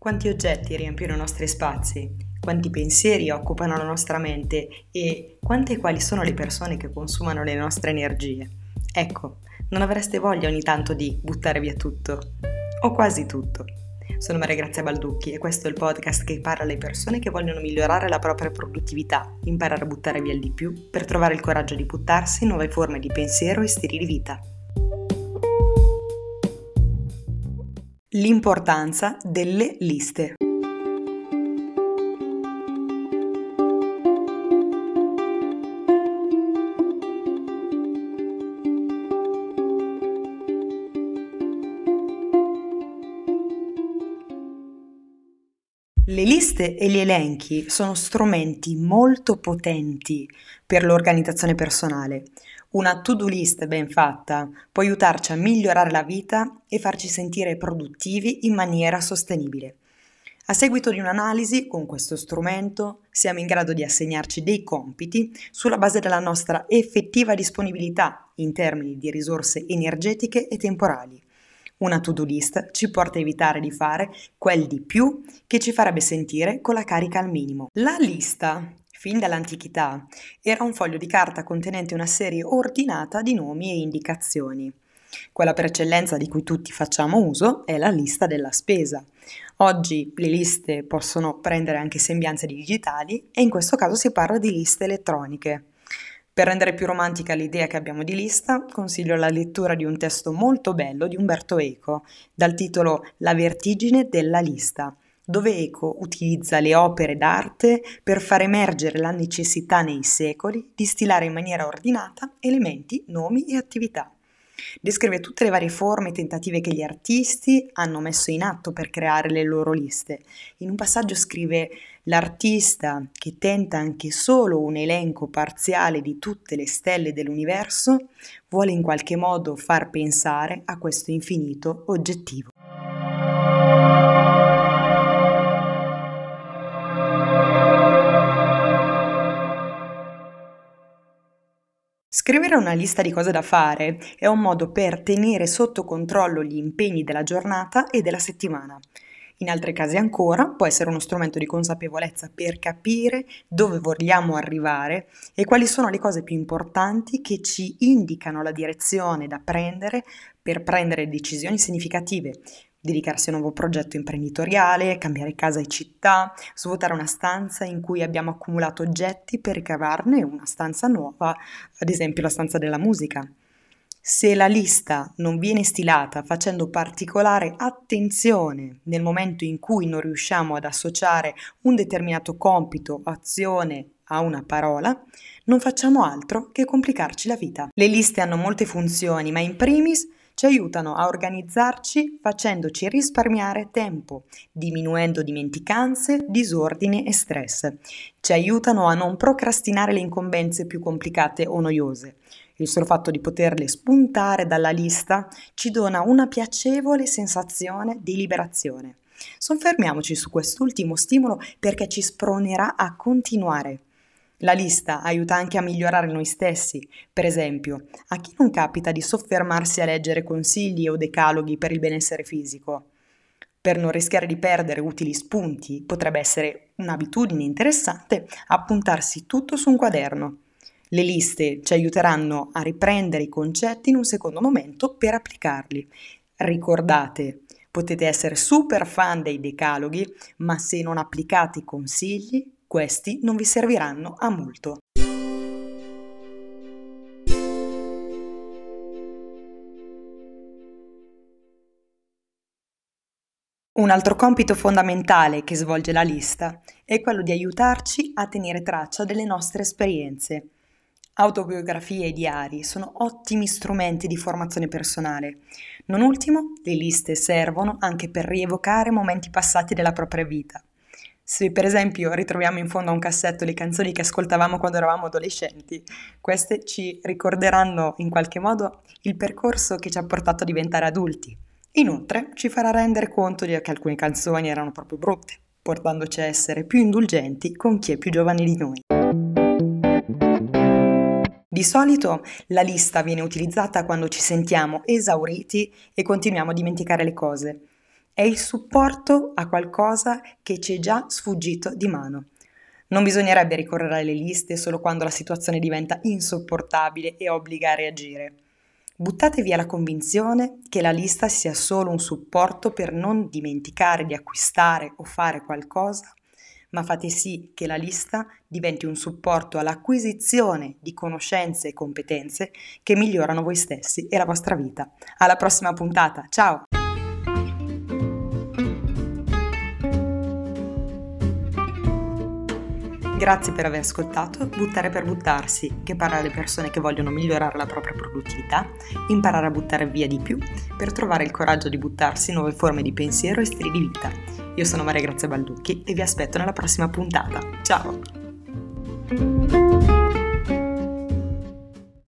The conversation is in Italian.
Quanti oggetti riempiono i nostri spazi, quanti pensieri occupano la nostra mente e quante e quali sono le persone che consumano le nostre energie. Ecco, non avreste voglia ogni tanto di buttare via tutto? O quasi tutto. Sono Maria Grazia Balducchi e questo è il podcast che parla alle persone che vogliono migliorare la propria produttività, imparare a buttare via il di più per trovare il coraggio di buttarsi in nuove forme di pensiero e stili di vita. L'importanza delle liste. Le liste e gli elenchi sono strumenti molto potenti per l'organizzazione personale. Una to-do list ben fatta può aiutarci a migliorare la vita e farci sentire produttivi in maniera sostenibile. A seguito di un'analisi con questo strumento siamo in grado di assegnarci dei compiti sulla base della nostra effettiva disponibilità in termini di risorse energetiche e temporali. Una to-do list ci porta a evitare di fare quel di più che ci farebbe sentire con la carica al minimo. La lista, fin dall'antichità, era un foglio di carta contenente una serie ordinata di nomi e indicazioni. Quella per eccellenza di cui tutti facciamo uso è la lista della spesa. Oggi le liste possono prendere anche sembianze digitali e in questo caso si parla di liste elettroniche. Per rendere più romantica l'idea che abbiamo di lista, consiglio la lettura di un testo molto bello di Umberto Eco, dal titolo La vertigine della lista, dove Eco utilizza le opere d'arte per far emergere la necessità nei secoli di stilare in maniera ordinata elementi, nomi e attività. Descrive tutte le varie forme e tentative che gli artisti hanno messo in atto per creare le loro liste. In un passaggio scrive: l'artista che tenta anche solo un elenco parziale di tutte le stelle dell'universo vuole in qualche modo far pensare a questo infinito oggettivo. Scrivere una lista di cose da fare è un modo per tenere sotto controllo gli impegni della giornata e della settimana. In altri casi ancora può essere uno strumento di consapevolezza per capire dove vogliamo arrivare e quali sono le cose più importanti che ci indicano la direzione da prendere per prendere decisioni significative. Dedicarsi a un nuovo progetto imprenditoriale, cambiare casa e città, svuotare una stanza in cui abbiamo accumulato oggetti per ricavarne una stanza nuova, ad esempio la stanza della musica. Se la lista non viene stilata facendo particolare attenzione nel momento in cui non riusciamo ad associare un determinato compito, azione a una parola, non facciamo altro che complicarci la vita. Le liste hanno molte funzioni, ma in primis ci aiutano a organizzarci facendoci risparmiare tempo, diminuendo dimenticanze, disordine e stress. Ci aiutano a non procrastinare le incombenze più complicate o noiose. Il solo fatto di poterle spuntare dalla lista ci dona una piacevole sensazione di liberazione. Soffermiamoci su quest'ultimo stimolo perché ci spronerà a continuare. La lista aiuta anche a migliorare noi stessi. Per esempio, a chi non capita di soffermarsi a leggere consigli o decaloghi per il benessere fisico? Per non rischiare di perdere utili spunti, potrebbe essere un'abitudine interessante appuntarsi tutto su un quaderno. Le liste ci aiuteranno a riprendere i concetti in un secondo momento per applicarli. Ricordate, potete essere super fan dei decaloghi, ma se non applicate i consigli, questi non vi serviranno a molto. Un altro compito fondamentale che svolge la lista è quello di aiutarci a tenere traccia delle nostre esperienze. Autobiografie e diari sono ottimi strumenti di formazione personale. Non ultimo, le liste servono anche per rievocare momenti passati della propria vita. Se per esempio ritroviamo in fondo a un cassetto le canzoni che ascoltavamo quando eravamo adolescenti, queste ci ricorderanno in qualche modo il percorso che ci ha portato a diventare adulti. Inoltre ci farà rendere conto che alcune canzoni erano proprio brutte, portandoci a essere più indulgenti con chi è più giovane di noi. Di solito la lista viene utilizzata quando ci sentiamo esauriti e continuiamo a dimenticare le cose. È il supporto a qualcosa che ci è già sfuggito di mano. Non bisognerebbe ricorrere alle liste solo quando la situazione diventa insopportabile e obbliga a reagire. Buttate via la convinzione che la lista sia solo un supporto per non dimenticare di acquistare o fare qualcosa, ma fate sì che la lista diventi un supporto all'acquisizione di conoscenze e competenze che migliorano voi stessi e la vostra vita. Alla prossima puntata, ciao! Grazie per aver ascoltato Buttare per buttarsi, che parla alle persone che vogliono migliorare la propria produttività, imparare a buttare via di più, per trovare il coraggio di buttarsi in nuove forme di pensiero e stili di vita. Io sono Maria Grazia Balducchi e vi aspetto nella prossima puntata. Ciao!